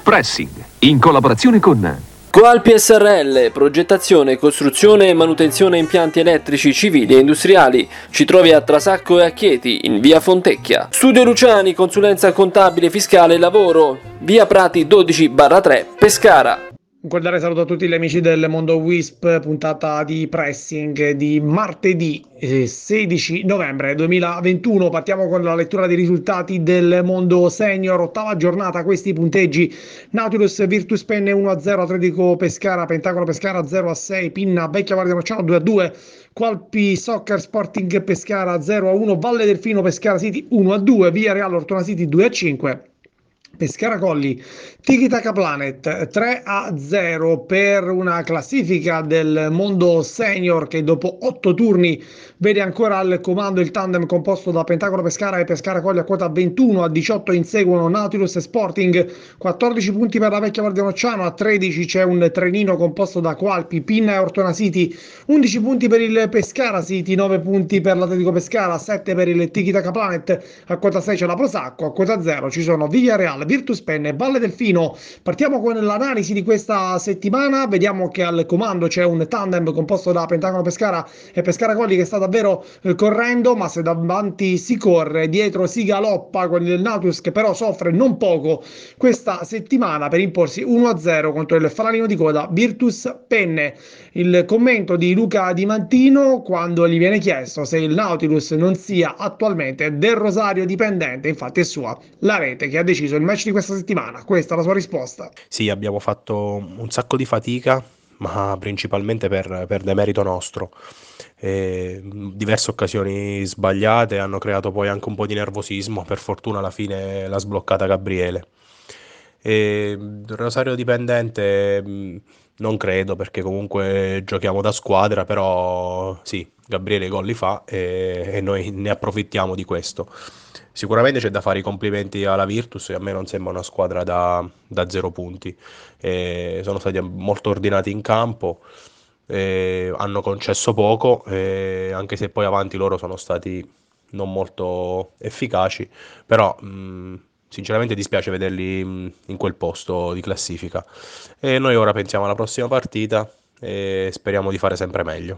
Pressing, in collaborazione con Qualpi SRL, progettazione, costruzione e manutenzione impianti elettrici civili e industriali. Ci trovi a Trasacco e a Chieti, in via Fontecchia. Studio Luciani, consulenza contabile, fiscale e lavoro, via Prati 12/3, Pescara. Un cordiale saluto a tutti gli amici del Mondo Wisp, puntata di Pressing di martedì 16 novembre 2021. Partiamo con la lettura dei risultati del Mondo Senior, ottava giornata, questi punteggi: Nautilus Virtus Penne 1-0, Atletico Pescara Pentagono Pescara 0-6, Pinna Vecchia Guardia Rocciano 2-2, Qualpi Soccer Sporting Pescara 0-1, Valle Delfino Pescara City 1-2, Villarreal Ortona City 2-5. Pescara Colli Tiki Taka Planet 3-0 per una classifica del Mondo Senior che dopo 8 turni vede ancora al comando il tandem composto da Pentagono Pescara e Pescara Colli a quota 21. A 18 inseguono Nautilus e Sporting, 14 punti per la Vecchia Guardia Rocciano, a 13 c'è un trenino composto da Qualpi, Pinna e Ortona City, 11 punti per il Pescara City, 9 punti per l'Atletico Pescara, 7 per il Tiki Taka Planet, a quota 6 c'è la Prosacco, a quota 0 ci sono Villarreal, Virtus Penne e Valle Delfino. Partiamo con l'analisi di questa settimana, vediamo che al comando c'è un tandem composto da Pentagono Pescara e Pescara Colli che sta davvero correndo, ma se davanti si corre, dietro si galoppa con il Nautilus che però soffre non poco questa settimana per imporsi 1-0 contro il fanalino di coda Virtus Penne. Il commento di Luca Di Mantino quando gli viene chiesto se il Nautilus non sia attualmente del Rosario dipendente, infatti è sua la rete che ha deciso il match di questa settimana. Questa è la sua risposta. Sì, abbiamo fatto un sacco di fatica, ma principalmente per demerito nostro. Diverse occasioni sbagliate hanno creato poi anche un po' di nervosismo. Per fortuna alla fine l'ha sbloccata Gabriele. Rosario dipendente non credo, perché comunque giochiamo da squadra, però sì, Gabriele i gol li fa e noi ne approfittiamo di questo. Sicuramente c'è da fare i complimenti alla Virtus, e a me non sembra una squadra da 0 punti. Sono stati molto ordinati in campo, hanno concesso poco, anche se poi avanti loro sono stati non molto efficaci, però sinceramente dispiace vederli in quel posto di classifica. E noi ora pensiamo alla prossima partita e speriamo di fare sempre meglio.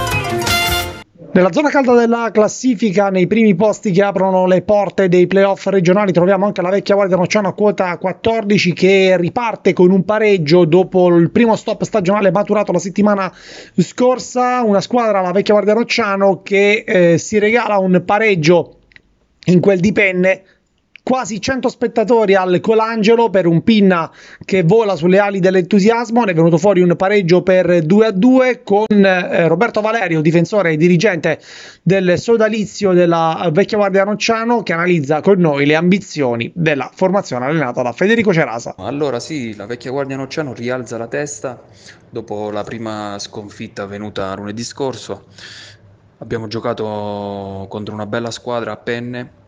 Nella zona calda della classifica, nei primi posti che aprono le porte dei playoff regionali, troviamo anche la Vecchia Guardia Rocciano a quota 14 che riparte con un pareggio dopo il primo stop stagionale maturato la settimana scorsa. Una squadra, la Vecchia Guardia Rocciano, che si regala un pareggio in quel di Penne. Quasi 100 spettatori al Colangelo per un Pinna che vola sulle ali dell'entusiasmo. Ne è venuto fuori un pareggio per 2-2 con Roberto Valerio, difensore e dirigente del sodalizio della Vecchia Guardia Rocciano, che analizza con noi le ambizioni della formazione allenata da Federico Cerasa. Allora sì, la Vecchia Guardia Rocciano rialza la testa dopo la prima sconfitta avvenuta lunedì scorso. Abbiamo giocato contro una bella squadra a Penne,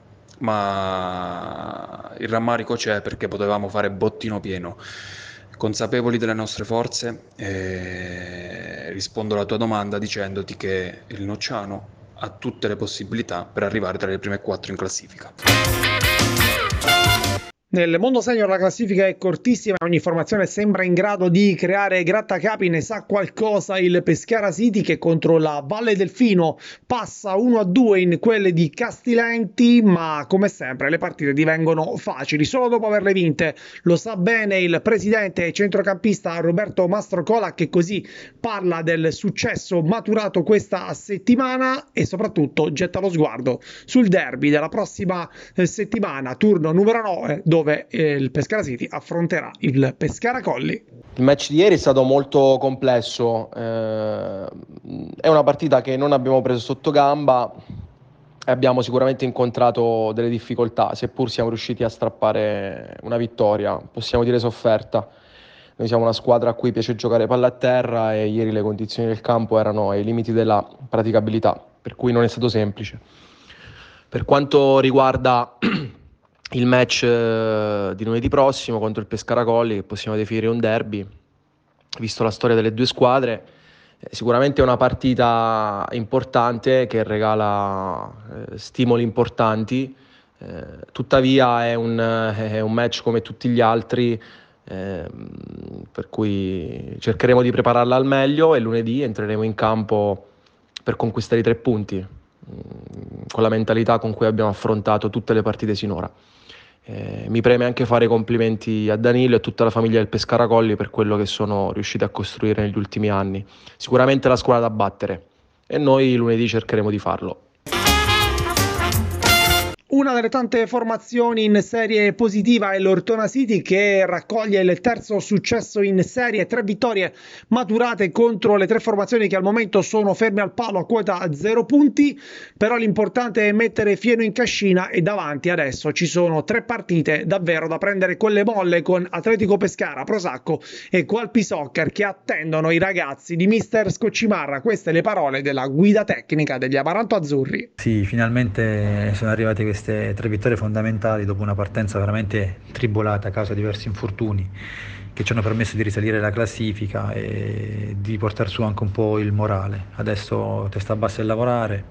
ma il rammarico c'è perché potevamo fare bottino pieno. Consapevoli delle nostre forze, rispondo alla tua domanda dicendoti che il Nocciano ha tutte le possibilità per arrivare tra le prime 4 in classifica. Nel Mondo Senior la classifica è cortissima, ogni formazione sembra in grado di creare grattacapi, ne sa qualcosa il Pescara City che contro la Valle Delfino passa 1-2 in quelle di Castilenti, ma come sempre le partite divengono facili solo dopo averle vinte. Lo sa bene il presidente e centrocampista Roberto Mastrocola, che così parla del successo maturato questa settimana e soprattutto getta lo sguardo sul derby della prossima settimana, turno numero 9, dove il Pescara City affronterà il Pescara Colli. Il match di ieri è stato molto complesso, è una partita che non abbiamo preso sotto gamba e abbiamo sicuramente incontrato delle difficoltà, seppur siamo riusciti a strappare una vittoria, possiamo dire sofferta. Noi siamo una squadra a cui piace giocare palla a terra e ieri le condizioni del campo erano ai limiti della praticabilità, per cui non è stato semplice. Per quanto riguarda il match di lunedì prossimo contro il Pescara Colli, che possiamo definire un derby, visto la storia delle due squadre, sicuramente è una partita importante che regala stimoli importanti, tuttavia è un match come tutti gli altri per cui cercheremo di prepararla al meglio e lunedì entreremo in campo per conquistare i 3 punti, con la mentalità con cui abbiamo affrontato tutte le partite sinora. Mi preme anche fare i complimenti a Danilo e a tutta la famiglia del Pescara Colli per quello che sono riusciti a costruire negli ultimi anni. Sicuramente la squadra da battere e noi lunedì cercheremo di farlo. Una delle tante formazioni in serie positiva è l'Ortona City, che raccoglie il terzo successo in serie, 3 vittorie maturate contro le 3 formazioni che al momento sono ferme al palo a quota 0 punti, però l'importante è mettere fieno in cascina e davanti adesso ci sono 3 partite davvero da prendere con le molle, con Atletico Pescara, Prosacco e Qualpi Soccer, che attendono i ragazzi di mister Scoccimarra. Queste le parole della guida tecnica degli Amaranto Azzurri. Sì, finalmente sono arrivate queste 3 vittorie fondamentali dopo una partenza veramente tribolata a causa di diversi infortuni che ci hanno permesso di risalire la classifica e di portare su anche un po' il morale. Adesso testa bassa a lavorare,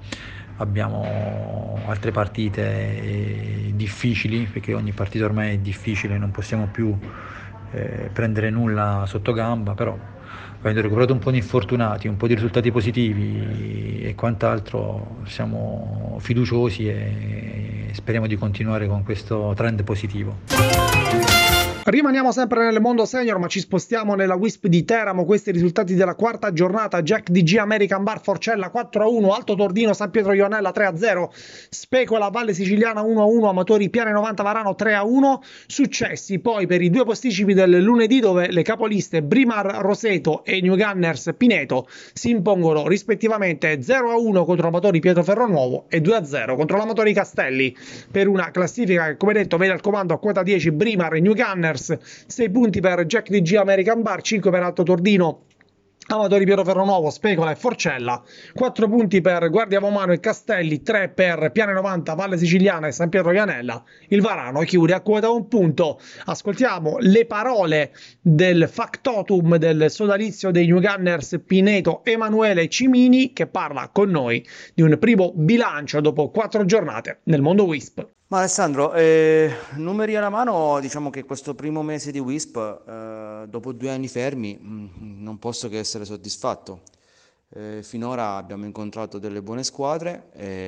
abbiamo altre partite difficili, perché ogni partita ormai è difficile, non possiamo più prendere nulla sotto gamba, però avendo recuperato un po' di infortunati, un po' di risultati positivi e quant'altro, siamo fiduciosi e speriamo di continuare con questo trend positivo. Rimaniamo sempre nel mondo senior, ma ci spostiamo nella Wisp di Teramo. Questi i risultati della quarta giornata: Jack DG American Bar Forcella 4-1, Alto Tordino San Pietro Ionella 3-0, Specola Valle Siciliana 1-1, Amatori Piane 90 Varano 3-1. Successi poi per i 2 posticipi del lunedì, dove le capoliste Brimar Roseto e New Gunners Pineto si impongono rispettivamente 0-1 contro Amatori Pietroferro Nuovo e 2-0 contro l'Amatori Castelli, per una classifica che, come detto, vede al comando a quota 10 Brimar e New Gunners, 6 punti per Jack DG American Bar, 5 per Alto Tordino, Amatori Pietroferro Nuovo, Specola e Forcella, 4 punti per Guardia Vomano e Castelli, 3 per Piane 90, Valle Siciliana e San Pietro Ianella. Il Varano chiude a quota 1 punto. Ascoltiamo le parole del factotum del sodalizio dei New Gunners Pineto, Emanuele Cimini, che parla con noi di un primo bilancio dopo 4 giornate nel mondo Wisp. Ma Alessandro, numeri alla mano, diciamo che questo primo mese di Wisp, dopo 2 anni fermi, non posso che essere soddisfatto. Finora abbiamo incontrato delle buone squadre,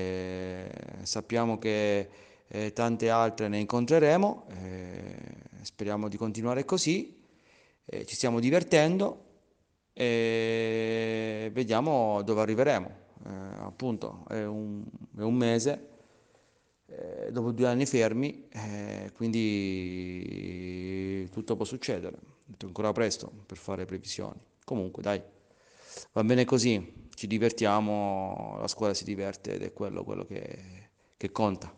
sappiamo che tante altre ne incontreremo, speriamo di continuare così, ci stiamo divertendo e vediamo dove arriveremo. Appunto, è un mese. Dopo 2 anni fermi, quindi tutto può succedere, è ancora presto per fare previsioni. Comunque dai, va bene così, ci divertiamo, la squadra si diverte ed è quello che conta.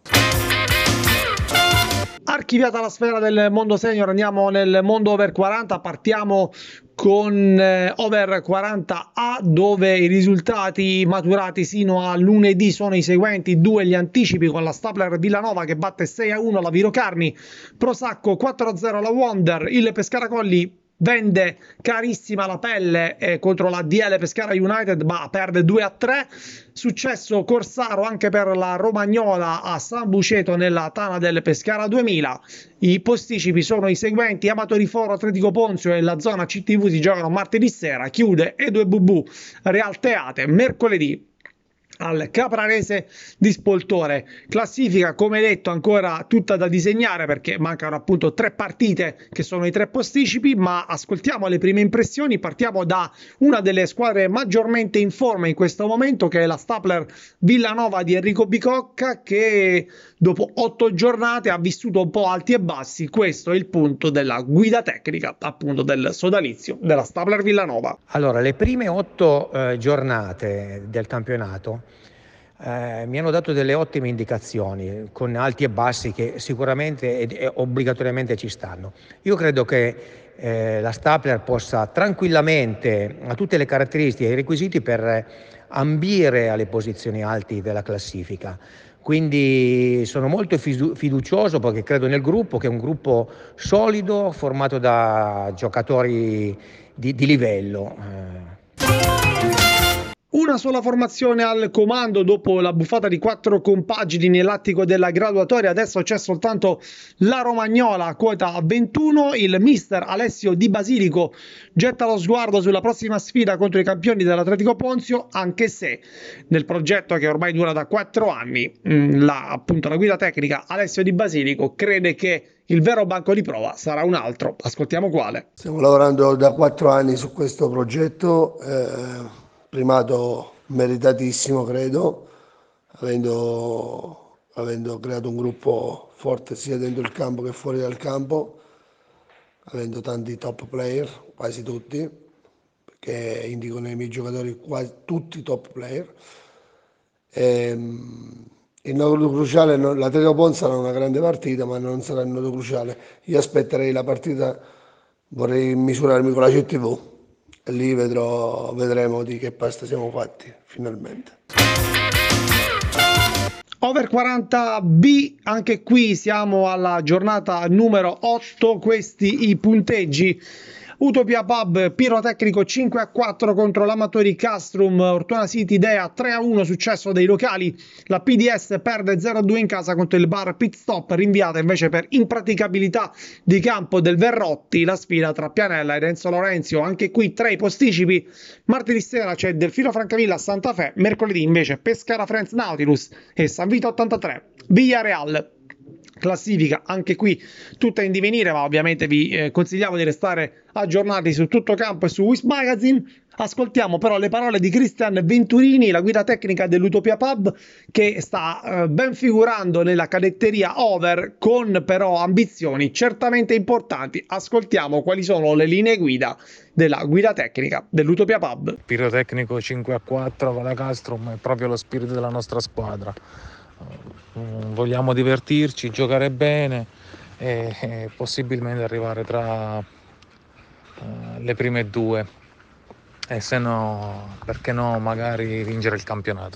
Archiviata la sfera del mondo senior, andiamo nel mondo over 40, partiamo con over 40A, dove i risultati maturati sino a lunedì sono i seguenti: 2 gli anticipi con la Stapler Villanova che batte 6-1 la Virocarni, Prosacco 4-0 la Wonder, il Pescara Colli vende carissima la pelle contro la DL Pescara United, ma perde 2-3. Successo corsaro anche per la Romagnola a San Buceto nella tana del Pescara 2000. I posticipi sono i seguenti: Amatori Foro Atletico Ponzio e la zona CTV si giocano martedì sera, chiude E2 BB Real Teate mercoledì al Caprarese di Spoltore. Classifica, come detto, ancora tutta da disegnare perché mancano appunto 3 partite che sono i 3 posticipi, ma ascoltiamo le prime impressioni. Partiamo da una delle squadre maggiormente in forma in questo momento, che è la Stapler Villanova di Enrico Bicocca, che dopo 8 giornate ha vissuto un po' alti e bassi. Questo è il punto della guida tecnica appunto del sodalizio della Stapler Villanova. Allora, le prime 8 giornate del campionato mi hanno dato delle ottime indicazioni, con alti e bassi che sicuramente e obbligatoriamente ci stanno. Io credo che la Stapler possa tranquillamente, ha tutte le caratteristiche e i requisiti per ambire alle posizioni alti della classifica. Quindi sono molto fiducioso perché credo nel gruppo, che è un gruppo solido, formato da giocatori di livello. Una sola formazione al comando dopo la buffata di 4 compagini nell'attico della graduatoria. Adesso c'è soltanto la Romagnola a quota 21. Il mister Alessio Di Basilico getta lo sguardo sulla prossima sfida contro i campioni dell'Atletico Ponzio, anche se nel progetto che ormai dura da 4 anni la guida tecnica Alessio Di Basilico crede che il vero banco di prova sarà un altro. Ascoltiamo quale. Stiamo lavorando da 4 anni su questo progetto, primato meritatissimo credo, avendo creato un gruppo forte sia dentro il campo che fuori dal campo, avendo tanti top player, quasi tutti, perché indico nei miei giocatori quasi tutti top player. Il nodo cruciale, l'Atletico Ponza sarà una grande partita, ma non sarà il nodo cruciale. Io aspetterei la partita, vorrei misurarmi con la CTV e lì vedremo di che pasta siamo fatti finalmente. Over 40B, anche qui siamo alla giornata numero 8, questi i punteggi. Utopia Pub pirotecnico 5-4 contro l'Amatori Castrum, Ortona City Dea 3-1 successo dei locali, la PDS perde 0-2 in casa contro il bar Pit Stop, rinviata invece per impraticabilità di campo del Verrotti la sfida tra Pianella ed Enzo Lorenzio. Anche qui 3 posticipi, martedì sera c'è Delfino Francavilla a Santa Fe, mercoledì invece Pescara Friends Nautilus e San Vito 83 Villarreal. Classifica anche qui tutta in divenire, ma ovviamente vi consigliamo di restare aggiornati su Tutto Campo e su Wisp Magazine. Ascoltiamo però le parole di Cristian Venturini, la guida tecnica dell'Utopia Pub, che sta ben figurando nella cadetteria Over, con però ambizioni certamente importanti. Ascoltiamo quali sono le linee guida della guida tecnica dell'Utopia Pub. Pirotecnico 5-4 con la Castrum è proprio lo spirito della nostra squadra. Vogliamo divertirci, giocare bene e possibilmente arrivare tra le prime 2 e se no, perché no, magari vincere il campionato.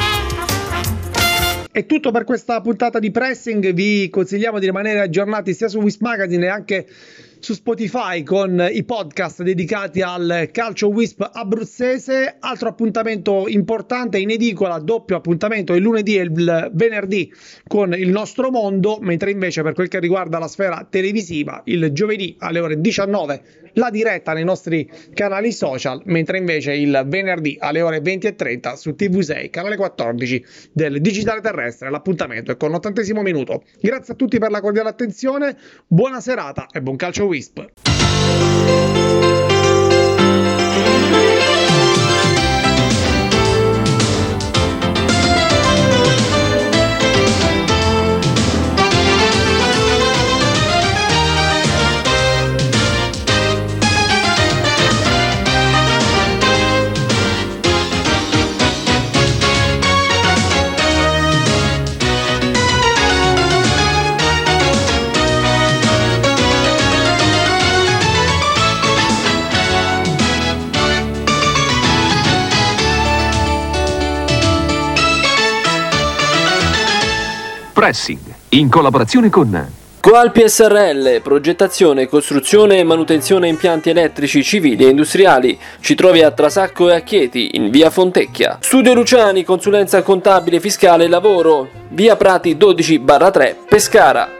È tutto per questa puntata di Pressing, vi consigliamo di rimanere aggiornati sia su Wisp Magazine e anche su Spotify con i podcast dedicati al calcio Wisp abruzzese. Altro appuntamento importante in edicola, doppio appuntamento il lunedì e il venerdì con Il Nostro Mondo, mentre invece per quel che riguarda la sfera televisiva il giovedì alle ore 19 la diretta nei nostri canali social, mentre invece il venerdì alle ore 20:30 su TV6 canale 14 del digitale terrestre. L'appuntamento è con l'80° minuto. Grazie a tutti per la cordiale attenzione, buona serata e buon calcio Wisp. Pressing, in collaborazione con Coalpi SRL, progettazione, costruzione e manutenzione impianti elettrici civili e industriali. Ci trovi a Trasacco e a Chieti, in via Fontecchia. Studio Luciani, consulenza contabile, fiscale e lavoro, via Prati 12/3, Pescara.